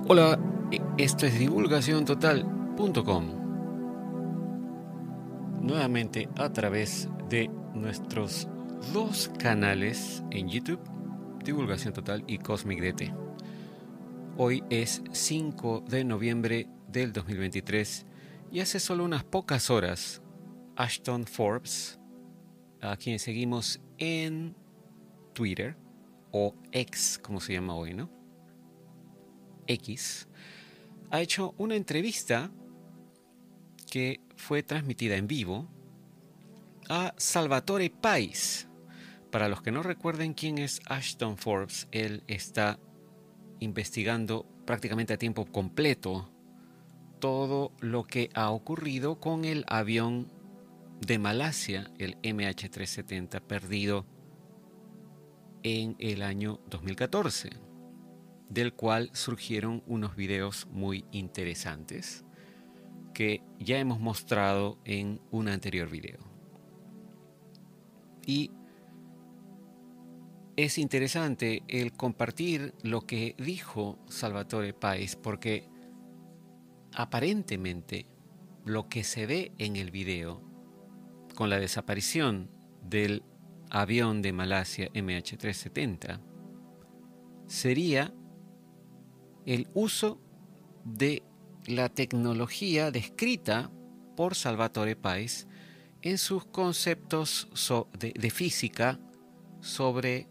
Hola, esto es divulgaciontotal.com. Nuevamente a través de nuestros dos canales en YouTube, Divulgación Total y Cosmic DT. Hoy es 5 de noviembre del 2023 y hace solo unas pocas horas Ashton Forbes, a quien seguimos en Twitter, o X como se llama hoy, ¿no? X, ha hecho una entrevista que fue transmitida en vivo a Salvatore Pais. Para los que no recuerden quién es Ashton Forbes, él está investigando prácticamente a tiempo completo todo lo que ha ocurrido con el avión de Malasia, el MH370, perdido en el año 2014, del cual surgieron unos videos muy interesantes que ya hemos mostrado en un anterior video. Y es interesante el compartir lo que dijo Salvatore Pais, porque aparentemente lo que se ve en el video con la desaparición del avión de Malasia MH370 sería el uso de la tecnología descrita por Salvatore Pais en sus conceptos de física sobre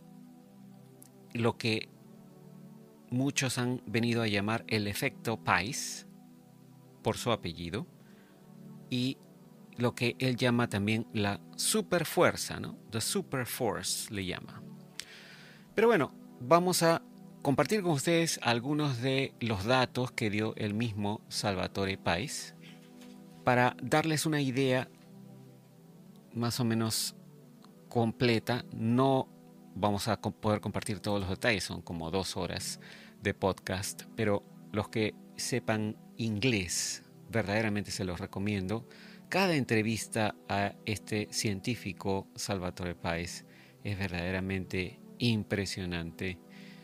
lo que muchos han venido a llamar el efecto Pais, por su apellido, y lo que él llama también la superfuerza, ¿no? The super force le llama. Pero bueno, vamos a compartir con ustedes algunos de los datos que dio el mismo Salvatore Pais para darles una idea más o menos completa. No vamos a poder compartir todos los detalles, son como 2 horas de podcast, pero los que sepan inglés verdaderamente se los recomiendo. Cada entrevista a este científico Salvatore Pais es verdaderamente impresionante.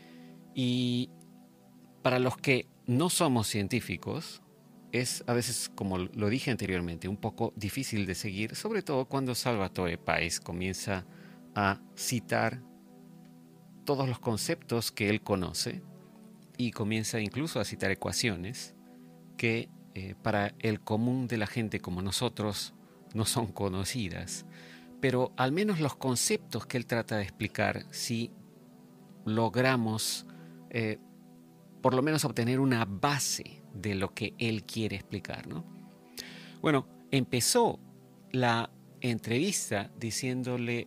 Y para los que no somos científicos, es a veces, como lo dije anteriormente, un poco difícil de seguir, sobre todo cuando Salvatore Pais comienza a citar todos los conceptos que él conoce y comienza incluso a citar ecuaciones que para el común de la gente como nosotros no son conocidas, pero al menos los conceptos que él trata de explicar, si logramos por lo menos obtener una base de lo que él quiere explicar, ¿no? Bueno, empezó la entrevista diciéndole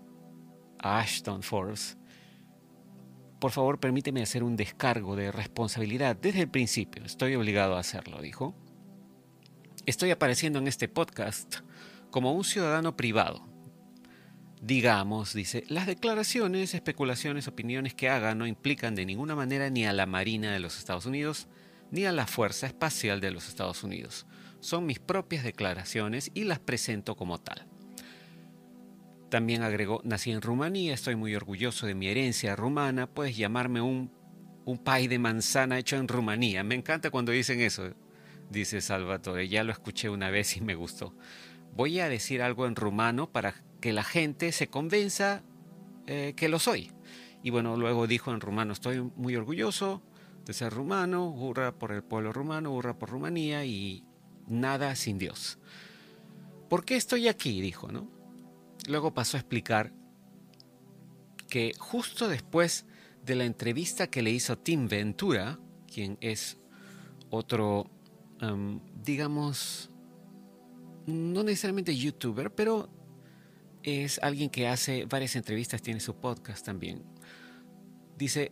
a Ashton Forbes: por favor, permíteme hacer un descargo de responsabilidad desde el principio. Estoy obligado a hacerlo, dijo. Estoy apareciendo en este podcast como un ciudadano privado. Digamos, dice, las declaraciones, especulaciones, opiniones que haga no implican de ninguna manera ni a la Marina de los Estados Unidos ni a la Fuerza Espacial de los Estados Unidos. Son mis propias declaraciones y las presento como tal. También agregó: nací en Rumanía, estoy muy orgulloso de mi herencia rumana, puedes llamarme un pay de manzana hecho en Rumanía. Me encanta cuando dicen eso, dice Salvatore, ya lo escuché una vez y me gustó. Voy a decir algo en rumano para que la gente se convenza que lo soy. Y bueno, luego dijo en rumano: estoy muy orgulloso de ser rumano, hurra por el pueblo rumano, hurra por Rumanía y nada sin Dios. ¿Por qué estoy aquí?, dijo, ¿no? Luego pasó a explicar que justo después de la entrevista que le hizo Tim Ventura, quien es otro, digamos, no necesariamente youtuber, pero es alguien que hace varias entrevistas, tiene su podcast también. Dice: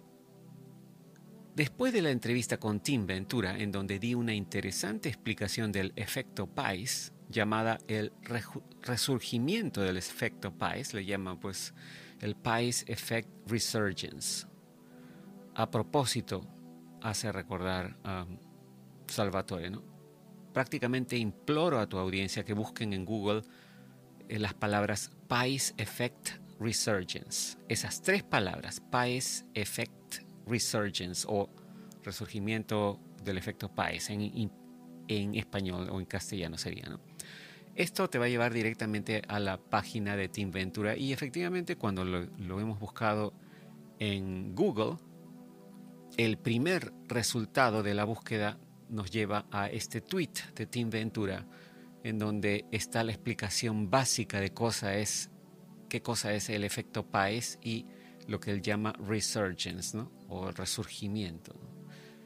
después de la entrevista con Tim Ventura, en donde di una interesante explicación del efecto Pais, llamada el resurgimiento del efecto Pais, le llaman pues el Pais Effect Resurgence. A propósito, hace recordar a Salvatore, ¿no? Prácticamente imploro a tu audiencia que busquen en Google las palabras Pais Effect Resurgence. Esas 3 palabras, Pais Effect Resurgence o resurgimiento del efecto Páez en español o en castellano sería, ¿no? Esto te va a llevar directamente a la página de Team Ventura y efectivamente cuando lo hemos buscado en Google, el primer resultado de la búsqueda nos lleva a este tweet de Team Ventura en donde está la explicación básica de qué cosa es el efecto Páez y lo que él llama resurgence, ¿no? O resurgimiento, ¿no?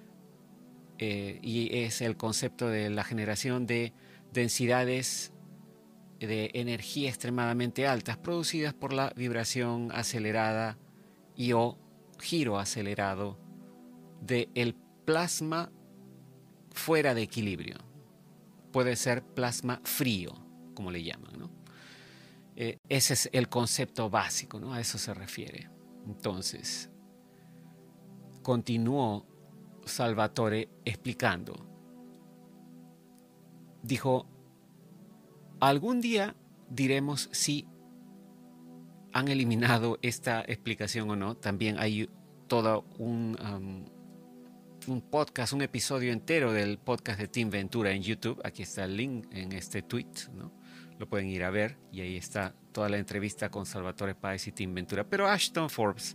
Y es el concepto de la generación de densidades de energía extremadamente altas producidas por la vibración acelerada y o giro acelerado del plasma fuera de equilibrio. Puede ser plasma frío, como le llaman, ¿no? Ese es el concepto básico, ¿no? A eso se refiere. Entonces, continuó Salvatore explicando. Dijo, algún día diremos si han eliminado esta explicación o no. También hay todo un podcast, un episodio entero del podcast de Team Ventura en YouTube. Aquí está el link en este tweet, ¿no? Lo pueden ir a ver y ahí está toda la entrevista con Salvatore Páez y Team Ventura. Pero Ashton Forbes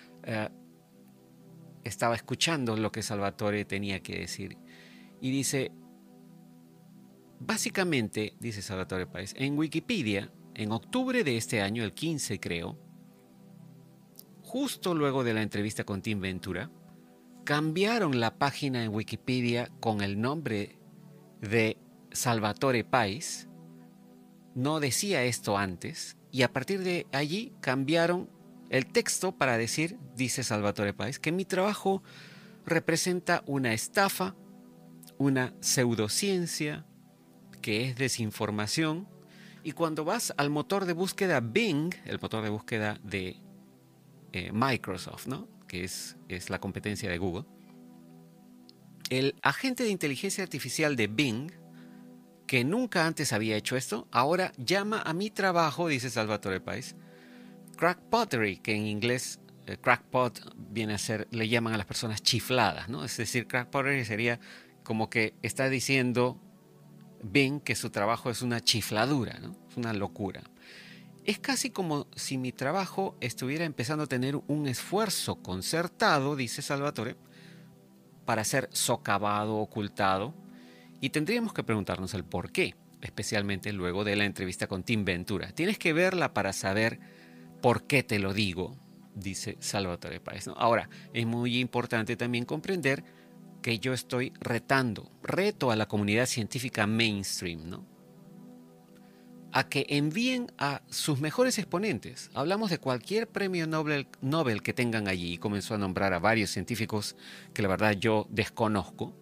estaba escuchando lo que Salvatore tenía que decir y dice, básicamente, dice Salvatore Páez, en Wikipedia, en octubre de este año, el 15 creo, justo luego de la entrevista con Team Ventura, cambiaron la página en Wikipedia con el nombre de Salvatore Páez. No decía esto antes y a partir de allí cambiaron el texto para decir, dice Salvatore Páez, que mi trabajo representa una estafa, una pseudociencia, que es desinformación. Y cuando vas al motor de búsqueda Bing, el motor de búsqueda de Microsoft, ¿no? Que es la competencia de Google, el agente de inteligencia artificial de Bing, que nunca antes había hecho esto, ahora llama a mi trabajo, dice Salvatore Páez, crackpottery, que en inglés crackpot viene a ser, le llaman a las personas chifladas, ¿no? Es decir, crackpottery sería como que está diciendo Bing que su trabajo es una chifladura, ¿no? Es una locura. Es casi como si mi trabajo estuviera empezando a tener un esfuerzo concertado, dice Salvatore, para ser socavado, ocultado, y tendríamos que preguntarnos el por qué, especialmente luego de la entrevista con Team Ventura. Tienes que verla para saber por qué te lo digo, dice Salvatore Páez, ¿no? Ahora, es muy importante también comprender que yo estoy reto a la comunidad científica mainstream, ¿no? A que envíen a sus mejores exponentes. Hablamos de cualquier premio Nobel que tengan allí, y comenzó a nombrar a varios científicos que la verdad yo desconozco.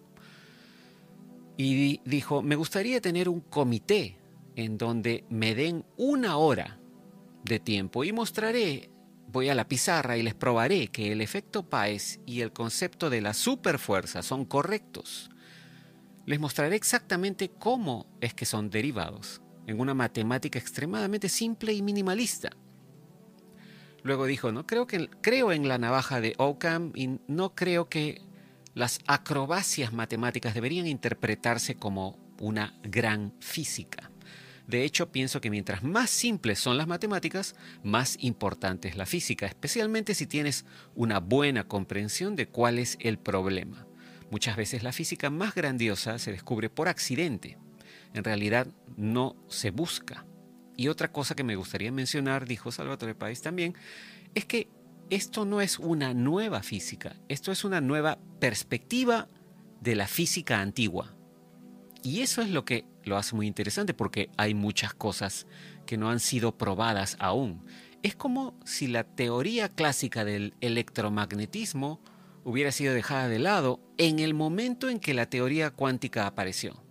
Y dijo, me gustaría tener un comité en donde me den 1 hora de tiempo y voy a la pizarra y les probaré que el efecto Páez y el concepto de la superfuerza son correctos. Les mostraré exactamente cómo es que son derivados en una matemática extremadamente simple y minimalista. Luego dijo, no creo en la navaja de Occam y no creo que las acrobacias matemáticas deberían interpretarse como una gran física. De hecho, pienso que mientras más simples son las matemáticas, más importante es la física, especialmente si tienes una buena comprensión de cuál es el problema. Muchas veces la física más grandiosa se descubre por accidente. En realidad no se busca. Y otra cosa que me gustaría mencionar, dijo Salvatore Páez también, es que esto no es una nueva física, esto es una nueva perspectiva de la física antigua. Y eso es lo que lo hace muy interesante porque hay muchas cosas que no han sido probadas aún. Es como si la teoría clásica del electromagnetismo hubiera sido dejada de lado en el momento en que la teoría cuántica apareció.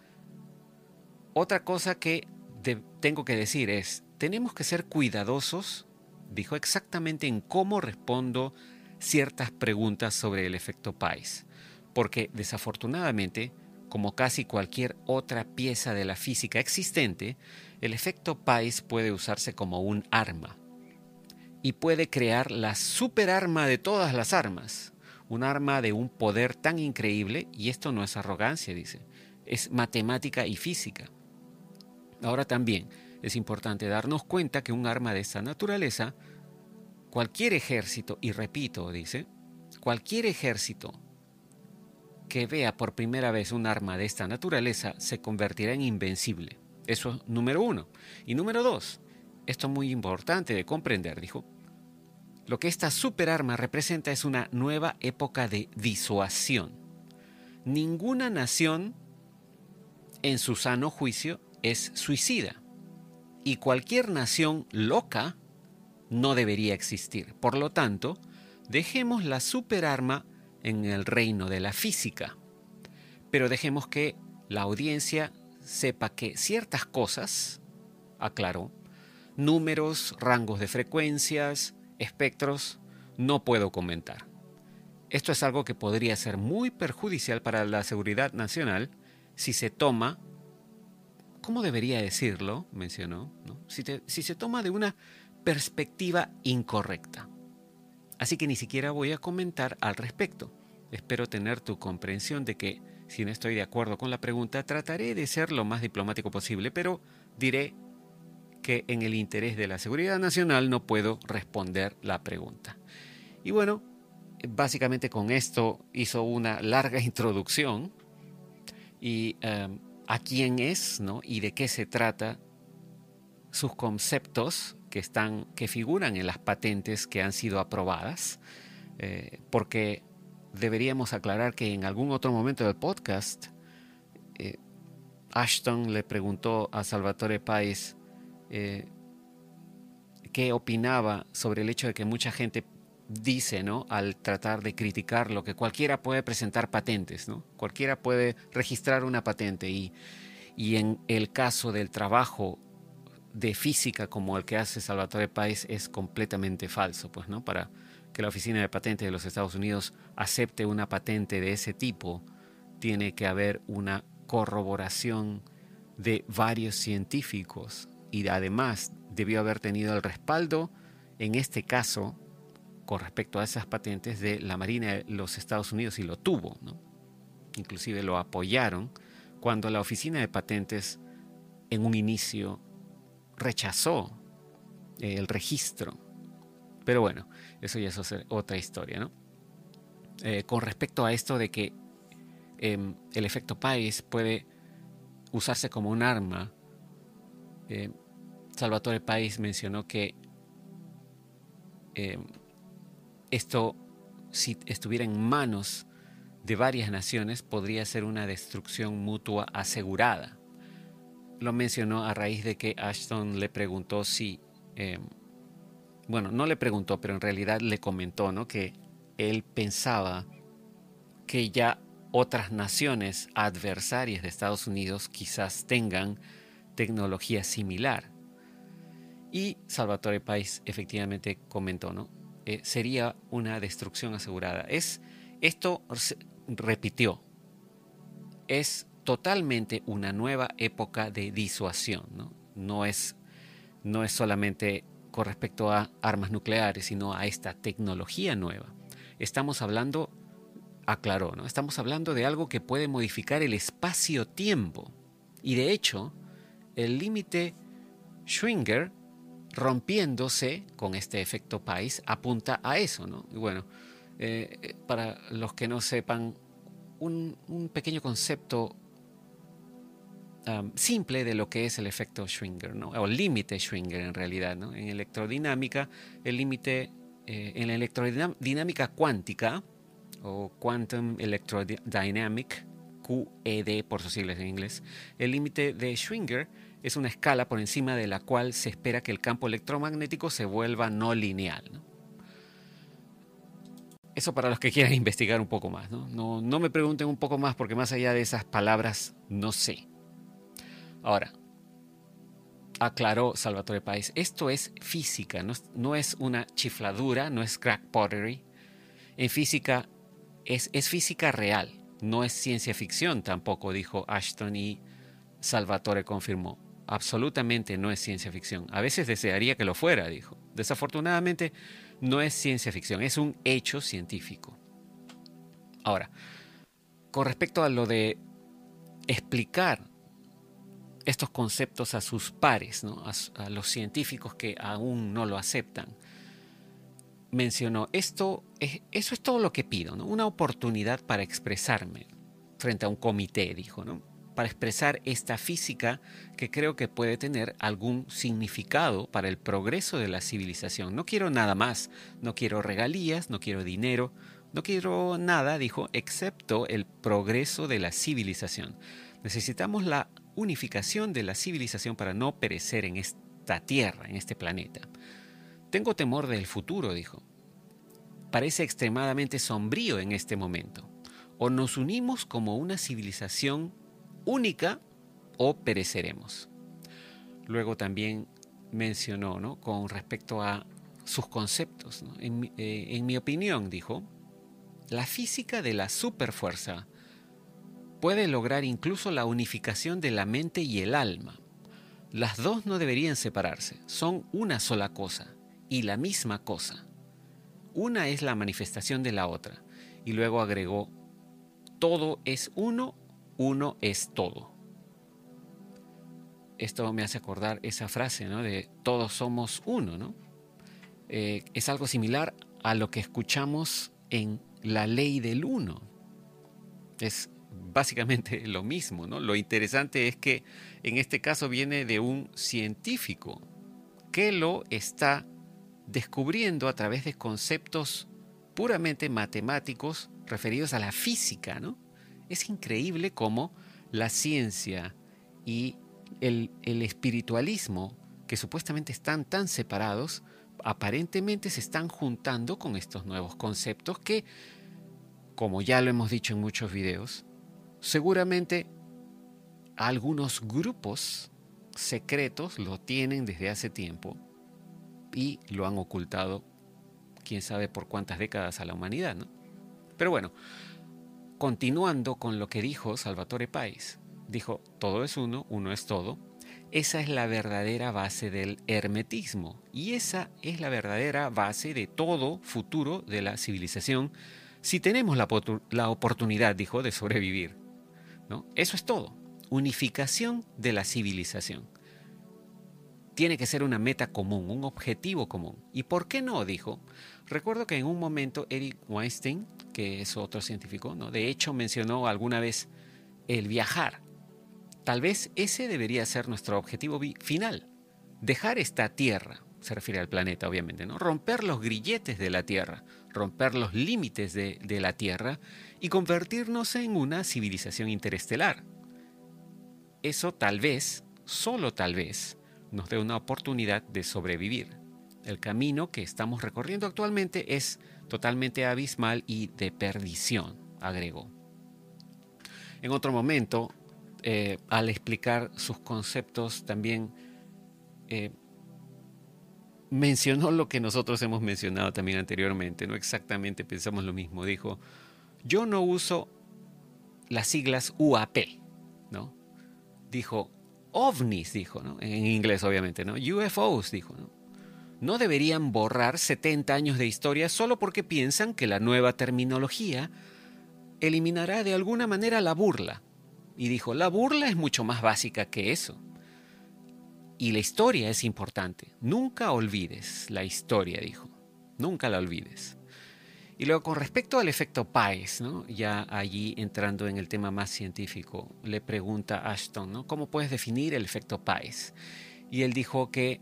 Otra cosa que tengo que decir es, tenemos que ser cuidadosos, dijo exactamente en cómo respondo ciertas preguntas sobre el efecto Páez, porque desafortunadamente, como casi cualquier otra pieza de la física existente, el efecto Páez puede usarse como un arma y puede crear la superarma de todas las armas, un arma de un poder tan increíble, y esto no es arrogancia, dice, es matemática y física. Ahora también es importante darnos cuenta que un arma de esta naturaleza, cualquier ejército, y repito, dice, cualquier ejército que vea por primera vez un arma de esta naturaleza se convertirá en invencible. Eso es número uno. Y número dos, esto es muy importante de comprender, dijo, lo que esta superarma representa es una nueva época de disuasión. Ninguna nación, en su sano juicio, es suicida. Y cualquier nación loca no debería existir. Por lo tanto, dejemos la superarma en el reino de la física. Pero dejemos que la audiencia sepa que ciertas cosas, aclaró, números, rangos de frecuencias, espectros, no puedo comentar. Esto es algo que podría ser muy perjudicial para la seguridad nacional si se toma, ¿cómo debería decirlo?, mencionó, ¿no? Si se toma de una perspectiva incorrecta. Así que ni siquiera voy a comentar al respecto. Espero tener tu comprensión de que, si no estoy de acuerdo con la pregunta, trataré de ser lo más diplomático posible, pero diré que en el interés de la seguridad nacional no puedo responder la pregunta. Y bueno, básicamente con esto hizo una larga introducción y a quién es, ¿no?, y de qué se trata, sus conceptos que figuran en las patentes que han sido aprobadas, porque deberíamos aclarar que en algún otro momento del podcast Ashton le preguntó a Salvatore Pais qué opinaba sobre el hecho de que mucha gente dice, ¿no?, al tratar de criticarlo, que cualquiera puede presentar patentes, ¿no? Cualquiera puede registrar una patente y en el caso del trabajo de física como el que hace Salvatore Pais es completamente falso, pues, ¿no? Para que la Oficina de Patentes de los Estados Unidos acepte una patente de ese tipo, tiene que haber una corroboración de varios científicos y además debió haber tenido el respaldo, en este caso, con respecto a esas patentes de la Marina de los Estados Unidos, y lo tuvo, ¿no? Inclusive lo apoyaron cuando la Oficina de Patentes en un inicio rechazó el registro. Pero bueno, eso ya es otra historia, ¿no? Con respecto a esto de que el efecto Pais puede usarse como un arma, Salvatore Pais mencionó que esto, si estuviera en manos de varias naciones, podría ser una destrucción mutua asegurada. Lo mencionó a raíz de que Ashton le preguntó si, bueno, no le preguntó, pero en realidad le comentó, ¿no?, que él pensaba que ya otras naciones adversarias de Estados Unidos quizás tengan tecnología similar. Y Salvatore Pais efectivamente comentó, ¿no?, sería una destrucción asegurada. Esto repitió, es totalmente una nueva época de disuasión, ¿no? No es solamente con respecto a armas nucleares, sino a esta tecnología nueva. Estamos hablando, aclaró, ¿no?, estamos hablando de algo que puede modificar el espacio-tiempo. Y de hecho, el límite Schwinger, rompiéndose con este efecto Pais, apunta a eso, ¿no? Y bueno, para los que no sepan, un pequeño concepto simple de lo que es el efecto Schwinger, ¿no?, o límite Schwinger en realidad, ¿no? En electrodinámica, el límite, en la electrodinámica cuántica, o Quantum Electrodynamic, QED por sus siglas en inglés, el límite de Schwinger es una escala por encima de la cual se espera que el campo electromagnético se vuelva no lineal, ¿no? Eso para los que quieran investigar un poco más, ¿no? No me pregunten un poco más, porque más allá de esas palabras no sé. Ahora, aclaró Salvatore Pais, esto es física, no es una chifladura, no es crack pottery. En física es física real, no es ciencia ficción tampoco, dijo Ashton, y Salvatore confirmó. Absolutamente no es ciencia ficción. A veces desearía que lo fuera, dijo. Desafortunadamente no es ciencia ficción, es un hecho científico. Ahora, con respecto a lo de explicar estos conceptos a sus pares, ¿no? A los científicos que aún no lo aceptan, mencionó, eso es todo lo que pido, ¿no? Una oportunidad para expresarme frente a un comité, dijo, ¿no? Para expresar esta física que creo que puede tener algún significado para el progreso de la civilización. No quiero nada más, no quiero regalías, no quiero dinero, no quiero nada, dijo, excepto el progreso de la civilización. Necesitamos la unificación de la civilización para no perecer en esta tierra, en este planeta. Tengo temor del futuro, dijo. Parece extremadamente sombrío en este momento. O nos unimos como una civilización única o pereceremos. Luego también mencionó, ¿no?, con respecto a sus conceptos, ¿no? En mi opinión, dijo, la física de la superfuerza puede lograr incluso la unificación de la mente y el alma. Las dos no deberían separarse, son una sola cosa y la misma cosa. Una es la manifestación de la otra. Y luego agregó, todo es uno, uno es todo. Esto me hace acordar esa frase, ¿no?, de todos somos uno, ¿no? Es algo similar a lo que escuchamos en la ley del uno. Es básicamente lo mismo, ¿no? Lo interesante es que en este caso viene de un científico que lo está descubriendo a través de conceptos puramente matemáticos referidos a la física, ¿no? Es increíble cómo la ciencia y el espiritualismo, que supuestamente están tan separados, aparentemente se están juntando con estos nuevos conceptos que, como ya lo hemos dicho en muchos videos, seguramente algunos grupos secretos lo tienen desde hace tiempo y lo han ocultado quién sabe por cuántas décadas a la humanidad, ¿no? Pero bueno, continuando con lo que dijo Salvatore Pais, dijo, todo es uno, uno es todo. Esa es la verdadera base del hermetismo y esa es la verdadera base de todo futuro de la civilización si tenemos la oportunidad, dijo, de sobrevivir, ¿no? Eso es todo, unificación de la civilización. Tiene que ser una meta común, un objetivo común. ¿Y por qué no?, dijo. Recuerdo que en un momento Eric Weinstein, que es otro científico, ¿no?, de hecho mencionó alguna vez el viajar. Tal vez ese debería ser nuestro objetivo final. Dejar esta tierra, se refiere al planeta obviamente, ¿no? Romper los grilletes de la tierra, romper los límites de la tierra y convertirnos en una civilización interestelar. Eso tal vez, solo tal vez, nos dé una oportunidad de sobrevivir. El camino que estamos recorriendo actualmente es totalmente abismal y de perdición, agregó. En otro momento, al explicar sus conceptos, también mencionó lo que nosotros hemos mencionado también anteriormente, no exactamente pensamos lo mismo. Dijo, yo no uso las siglas UAP, ¿no? Dijo, ovnis, dijo, ¿no?, en inglés obviamente, ¿no? UFOs, dijo, ¿no? No deberían borrar 70 años de historia solo porque piensan que la nueva terminología eliminará de alguna manera la burla. Y dijo, la burla es mucho más básica que eso. Y la historia es importante. Nunca olvides la historia, dijo. Nunca la olvides. Y luego, con respecto al efecto Pais, ¿no?, ya allí entrando en el tema más científico, le pregunta a Ashton, ¿no?, ¿cómo puedes definir el efecto Pais? Y él dijo que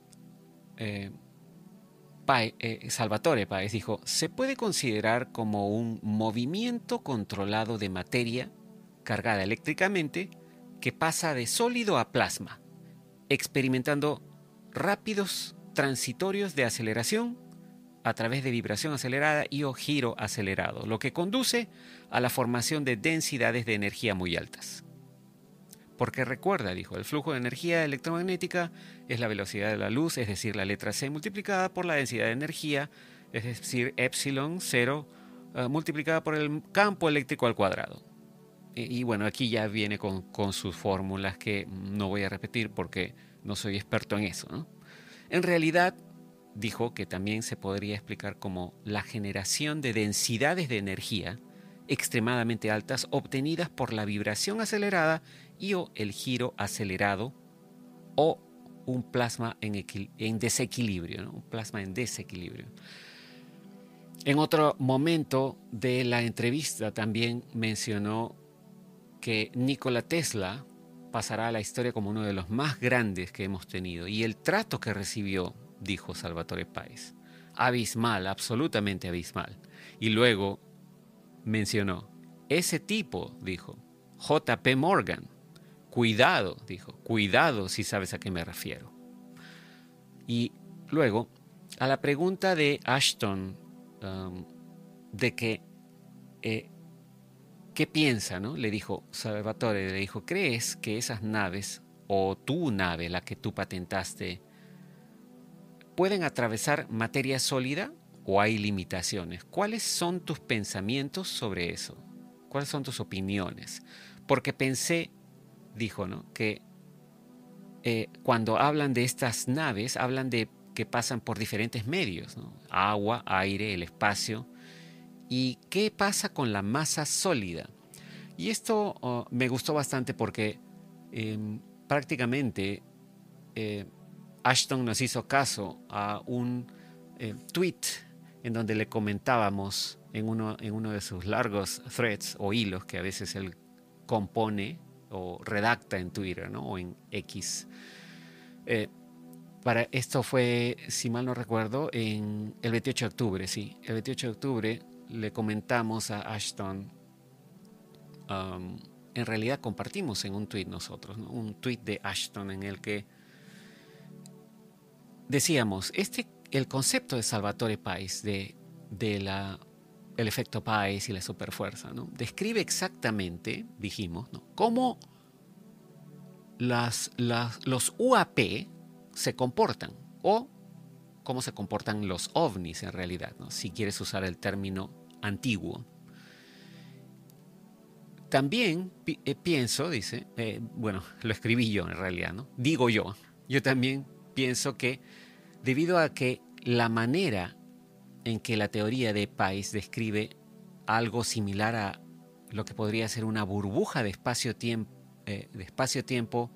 Salvatore Pais dijo, se puede considerar como un movimiento controlado de materia cargada eléctricamente que pasa de sólido a plasma, experimentando rápidos transitorios de aceleración a través de vibración acelerada y o giro acelerado, lo que conduce a la formación de densidades de energía muy altas. Porque recuerda, dijo, el flujo de energía electromagnética es la velocidad de la luz, es decir, la letra C multiplicada por la densidad de energía, es decir, epsilon 0 multiplicada por el campo eléctrico al cuadrado. Y bueno, aquí ya viene con sus fórmulas que no voy a repetir porque no soy experto en eso, ¿no? En realidad, dijo que también se podría explicar como la generación de densidades de energía extremadamente altas obtenidas por la vibración acelerada y o el giro acelerado o un plasma en desequilibrio, ¿no? Un plasma en desequilibrio. En otro momento de la entrevista también mencionó que Nikola Tesla pasará a la historia como uno de los más grandes que hemos tenido. Y el trato que recibió, dijo Salvatore Pais, abismal, absolutamente abismal. Y luego mencionó, ese tipo, dijo, JP Morgan, cuidado, dijo, cuidado si sabes a qué me refiero. Y luego, a la pregunta de Ashton, de que ¿qué piensa? ¿No? Le dijo Salvatore, le dijo, ¿crees que esas naves o tu nave, la que tú patentaste, pueden atravesar materia sólida o hay limitaciones? ¿Cuáles son tus pensamientos sobre eso? ¿Cuáles son tus opiniones? Porque pensé, dijo, ¿no? Que cuando hablan de estas naves, hablan de que pasan por diferentes medios, ¿no? Agua, aire, el espacio. ¿Y qué pasa con la masa sólida? Y esto me gustó bastante porque prácticamente Ashton nos hizo caso a un tweet en donde le comentábamos en uno de sus largos threads o hilos que a veces él compone o redacta en Twitter, ¿no? O en X. Para esto fue, si mal no recuerdo, en el 28 de octubre, sí. El 28 de octubre le comentamos a Ashton, en realidad compartimos en un tweet nosotros, ¿no? Un tweet de Ashton en el que decíamos, el concepto de Salvatore Pais, el efecto Pais y la superfuerza, ¿no? Describe exactamente, dijimos, ¿no? Cómo los UAP se comportan o cómo se comportan los ovnis en realidad, ¿no? Si quieres usar el término antiguo. También pienso, dice, bueno, lo escribí yo en realidad, ¿no? Digo yo también pienso que debido a que la manera en que la teoría de Pais describe algo similar a lo que podría ser una burbuja de espacio-tiempo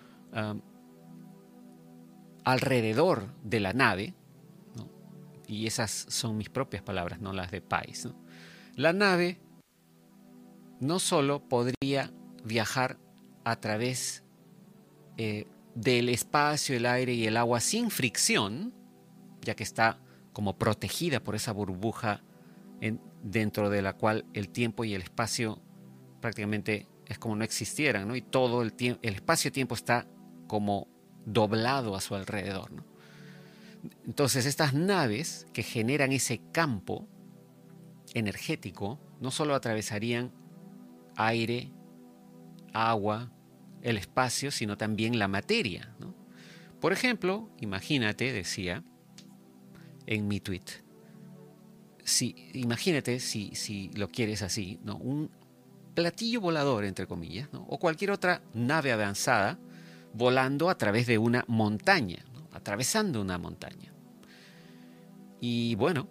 alrededor de la nave, ¿no? Y esas son mis propias palabras, no las de Pais, ¿no? La nave no solo podría viajar a través del espacio, el aire y el agua sin fricción, ya que está como protegida por esa burbuja dentro de la cual el tiempo y el espacio prácticamente es como no existieran, ¿no? Y todo el espacio-tiempo está como doblado a su alrededor, ¿no? Entonces estas naves que generan ese campo energético no solo atravesarían aire, agua, el espacio, sino también la materia, ¿no? Por ejemplo, imagínate, decía en mi tweet, imagínate si lo quieres así, ¿no? Un platillo volador, entre comillas, ¿no? O cualquier otra nave avanzada volando a través de una montaña, ¿no? Atravesando una montaña. Y bueno,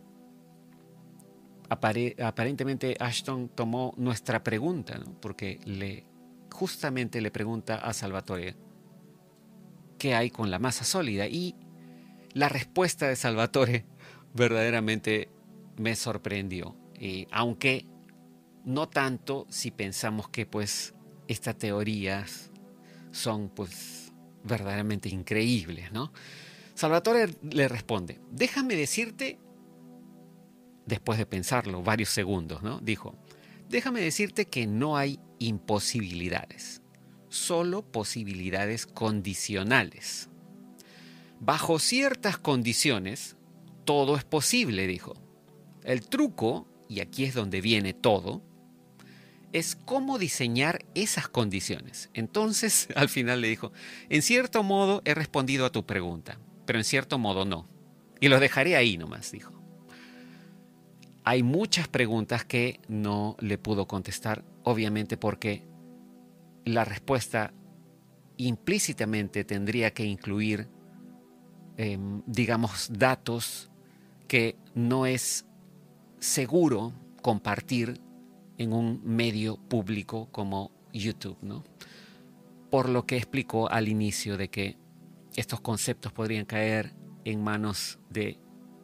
aparentemente Ashton tomó nuestra pregunta, ¿no? Porque justamente le pregunta a Salvatore qué hay con la masa sólida, y la respuesta de Salvatore verdaderamente me sorprendió, aunque no tanto si pensamos que pues estas teorías son pues verdaderamente increíbles, ¿no? Salvatore le responde, déjame decirte, después de pensarlo varios segundos, ¿no? Dijo, déjame decirte que no hay imposibilidades, solo posibilidades condicionales. Bajo ciertas condiciones, todo es posible, dijo. El truco, y aquí es donde viene todo, es cómo diseñar esas condiciones. Entonces, al final le dijo, en cierto modo he respondido a tu pregunta, pero en cierto modo no. Y lo dejaré ahí nomás, dijo. Hay muchas preguntas que no le pudo contestar, obviamente porque la respuesta implícitamente tendría que incluir, digamos, datos que no es seguro compartir en un medio público como YouTube, ¿no? Por lo que explicó al inicio de que estos conceptos podrían caer en manos de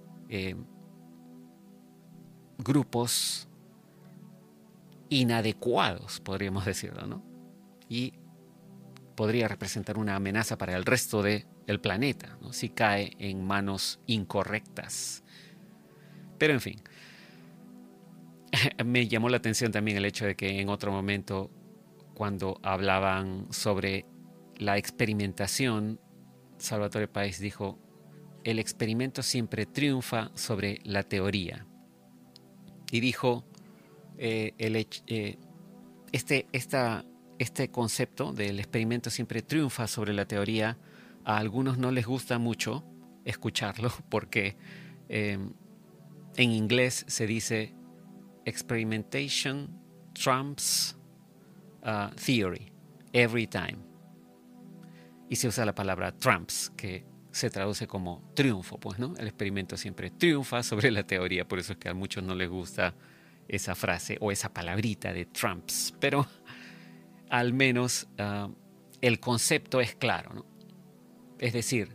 grupos inadecuados, podríamos decirlo, ¿no? Y podría representar una amenaza para el resto del planeta, ¿no? Si cae en manos incorrectas. Pero en fin, me llamó la atención también el hecho de que en otro momento, cuando hablaban sobre la experimentación, Salvatore Pais dijo: el experimento siempre triunfa sobre la teoría. Y dijo, este concepto del experimento siempre triunfa sobre la teoría, a algunos no les gusta mucho escucharlo porque en inglés se dice experimentation trumps theory every time. Y se usa la palabra trumps, que se traduce como triunfo, pues, ¿no? El experimento siempre triunfa sobre la teoría, por eso es que a muchos no les gusta esa frase o esa palabrita de trumps, pero al menos el concepto es claro, ¿no? Es decir,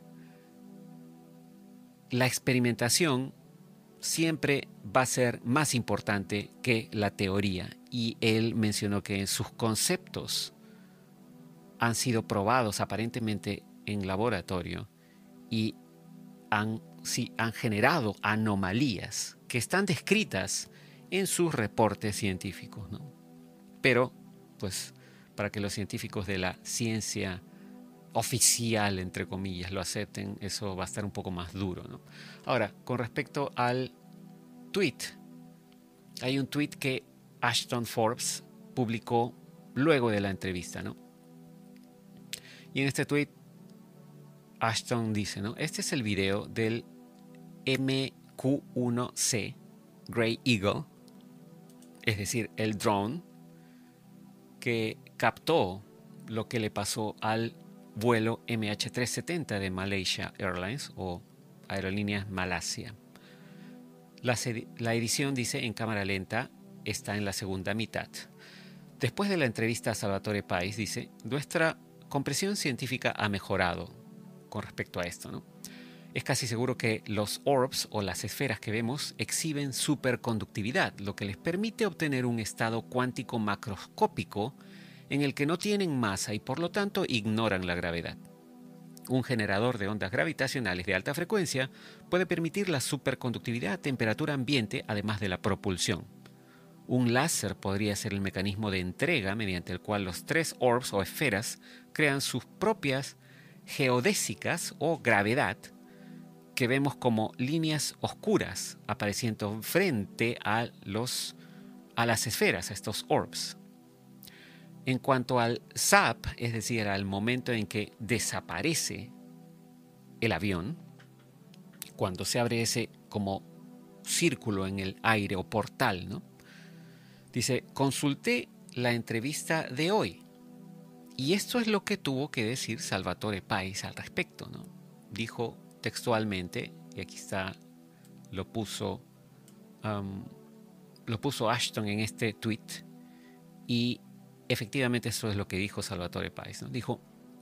la experimentación siempre va a ser más importante que la teoría, y él mencionó que sus conceptos han sido probados aparentemente en laboratorio y han generado anomalías que están descritas en sus reportes científicos, ¿no? Pero, pues, para que los científicos de la ciencia oficial, entre comillas, lo acepten, eso va a estar un poco más duro, ¿no? Ahora, con respecto al tweet, hay un tweet que Ashton Forbes publicó luego de la entrevista, ¿no? Y en este tweet, Ashton dice, ¿no? Este es el video del MQ-1C Grey Eagle, es decir, el drone que captó lo que le pasó al vuelo MH370 de Malaysia Airlines o Aerolíneas Malasia. La edición, dice, en cámara lenta, está en la segunda mitad. Después de la entrevista a Salvatore Pais, dice, nuestra comprensión científica ha mejorado con respecto a esto, ¿no? Es casi seguro que los orbs o las esferas que vemos exhiben superconductividad, lo que les permite obtener un estado cuántico macroscópico en el que no tienen masa y por lo tanto ignoran la gravedad. Un generador de ondas gravitacionales de alta frecuencia puede permitir la superconductividad a temperatura ambiente, además de la propulsión. Un láser podría ser el mecanismo de entrega mediante el cual los tres orbs o esferas crean sus propias geodésicas o gravedad, que vemos como líneas oscuras apareciendo frente a las esferas, a estos orbs. En cuanto al zap, es decir, al momento en que desaparece el avión, cuando se abre ese como círculo en el aire o portal, ¿no? Dice, consulté la entrevista de hoy y esto es lo que tuvo que decir Salvatore Pais al respecto, ¿no? Dijo textualmente, y aquí está, lo puso Ashton en este tweet, y efectivamente eso es lo que dijo Salvatore Pais, ¿no? Dijo,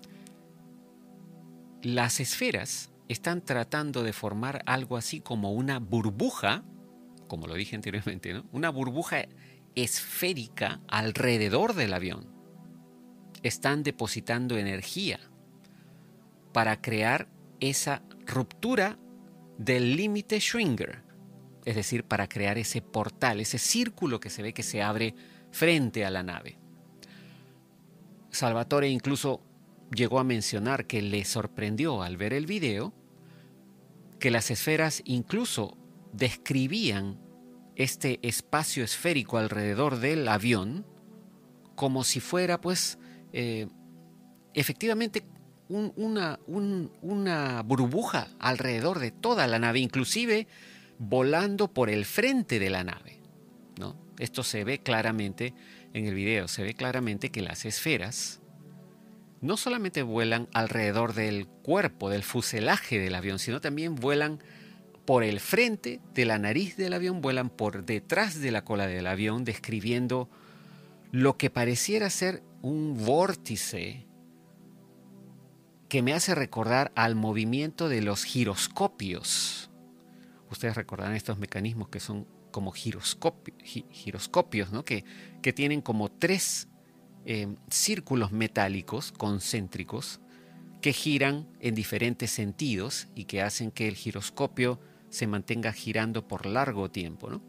las esferas están tratando de formar algo así como una burbuja, como lo dije anteriormente, ¿no? Una burbuja esférica alrededor del avión. Están depositando energía para crear esa ruptura del límite Schwinger, es decir, para crear ese portal, ese círculo que se ve que se abre frente a la nave. Salvatore incluso llegó a mencionar que le sorprendió al ver el video que las esferas incluso describían este espacio esférico alrededor del avión como si fuera, pues, efectivamente una burbuja alrededor de toda la nave, inclusive volando por el frente de la nave, ¿no? Esto se ve claramente en el video, se ve claramente que las esferas no solamente vuelan alrededor del cuerpo, del fuselaje del avión, sino también vuelan por el frente de la nariz del avión, vuelan por detrás de la cola del avión, describiendo lo que pareciera ser un vórtice que me hace recordar al movimiento de los giroscopios. Ustedes recordarán estos mecanismos que son como giroscopios, ¿no? que tienen como tres círculos metálicos concéntricos que giran en diferentes sentidos y que hacen que el giroscopio se mantenga girando por largo tiempo, ¿no?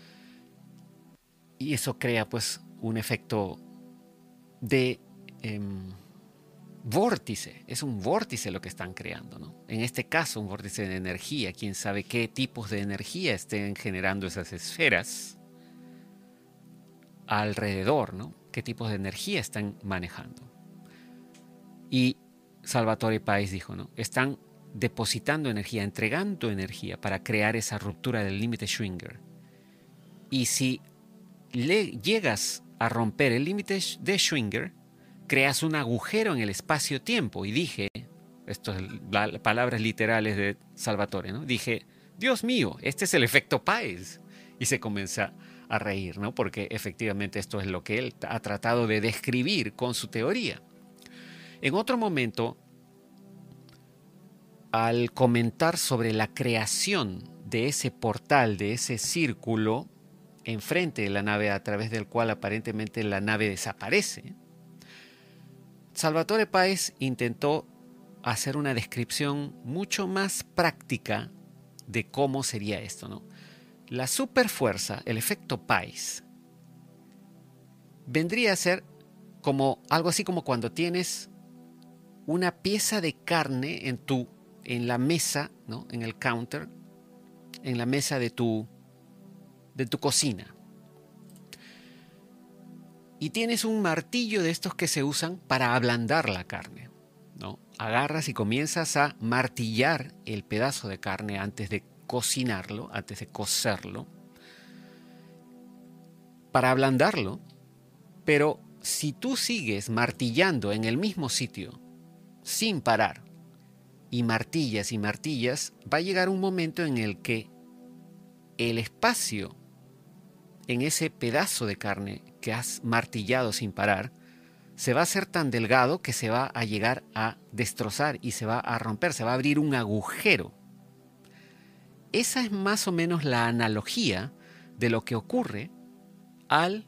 Y eso crea pues un efecto de vórtice. Es un vórtice lo que están creando, ¿no? En este caso un vórtice de energía. Quién sabe qué tipos de energía estén generando esas esferas alrededor, ¿no? Qué tipos de energía están manejando. Y Salvatore Pais dijo, ¿no? Están depositando energía, entregando energía para crear esa ruptura del límite Schwinger. Y si llegas a romper el límite de Schwinger, creas un agujero en el espacio-tiempo. Y dije, esto es palabras literales de Salvatore, ¿no? Dije, Dios mío, este es el efecto Pais. Y se comienza a reír, ¿no? Porque efectivamente esto es lo que él ha tratado de describir con su teoría. En otro momento, al comentar sobre la creación de ese portal, de ese círculo enfrente de la nave a través del cual aparentemente la nave desaparece, Salvatore Pais intentó hacer una descripción mucho más práctica de cómo sería esto, ¿no? La superfuerza, el efecto Pais, vendría a ser como algo así como cuando tienes una pieza de carne en la mesa, ¿no? En el counter, en la mesa de tu cocina. Y tienes un martillo de estos que se usan para ablandar la carne, ¿no? Agarras y comienzas a martillar el pedazo de carne antes de cocinarlo, antes de cocerlo, para ablandarlo. Pero si tú sigues martillando en el mismo sitio sin parar y martillas, va a llegar un momento en el que el espacio en ese pedazo de carne que has martillado sin parar se va a hacer tan delgado que se va a llegar a destrozar y se va a romper, se va a abrir un agujero. Esa es más o menos la analogía de lo que ocurre al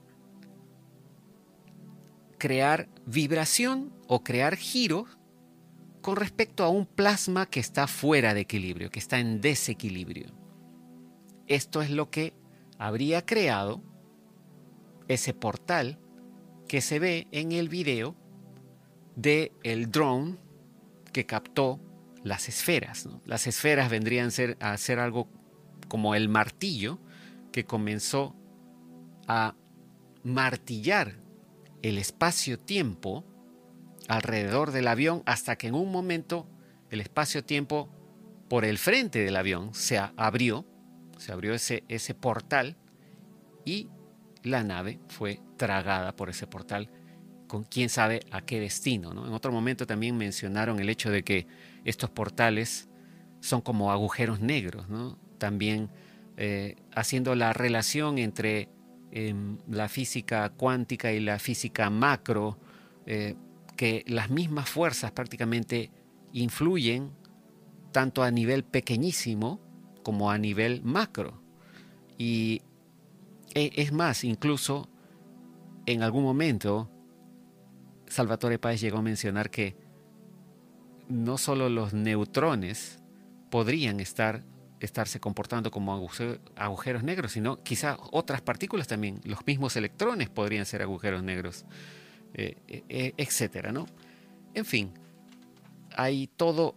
crear vibración o crear giro con respecto a un plasma que está fuera de equilibrio, que está en desequilibrio. Esto es lo que habría creado ese portal que se ve en el video del drone que captó las esferas, ¿no? Las esferas vendrían a ser algo como el martillo que comenzó a martillar el espacio-tiempo alrededor del avión hasta que en un momento el espacio-tiempo por el frente del avión se abrió ese portal y la nave fue tragada por ese portal con quién sabe a qué destino, ¿no? En otro momento también mencionaron el hecho de que estos portales son como agujeros negros, ¿no? También haciendo la relación entre la física cuántica y la física macro, que las mismas fuerzas prácticamente influyen tanto a nivel pequeñísimo como a nivel macro. Y es más, incluso en algún momento Salvatore Pais llegó a mencionar que no solo los neutrones podrían estarse comportando como agujeros negros, sino quizá otras partículas también, los mismos electrones podrían ser agujeros negros, etcétera, ¿no? En fin, hay todo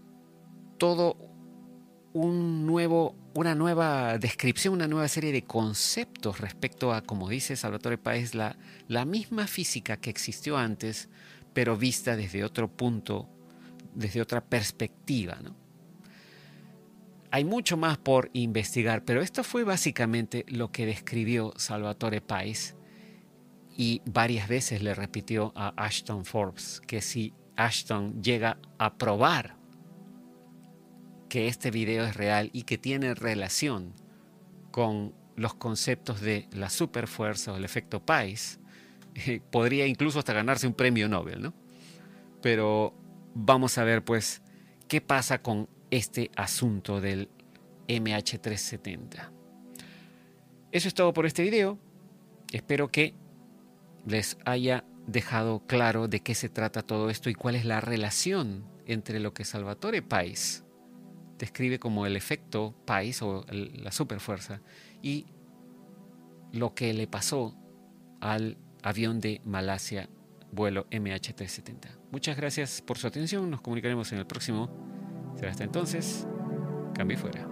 una nueva descripción, una nueva serie de conceptos respecto a, como dice Salvatore Pais, la misma física que existió antes, pero vista desde otro punto, desde otra perspectiva, ¿no? Hay mucho más por investigar, pero esto fue básicamente lo que describió Salvatore Pais y varias veces le repitió a Ashton Forbes que si Ashton llega a probar que este video es real y que tiene relación con los conceptos de la superfuerza o el efecto Pais, podría incluso hasta ganarse un premio Nobel, ¿no? Pero vamos a ver pues qué pasa con este asunto del MH370. Eso es todo por este video. Espero que les haya dejado claro de qué se trata todo esto y cuál es la relación entre lo que Salvatore Pais describe como el efecto Pais o la superfuerza y lo que le pasó al avión de Malasia vuelo MH370. Muchas gracias por su atención. Nos comunicaremos en el próximo. Será hasta entonces. Cambio y fuera.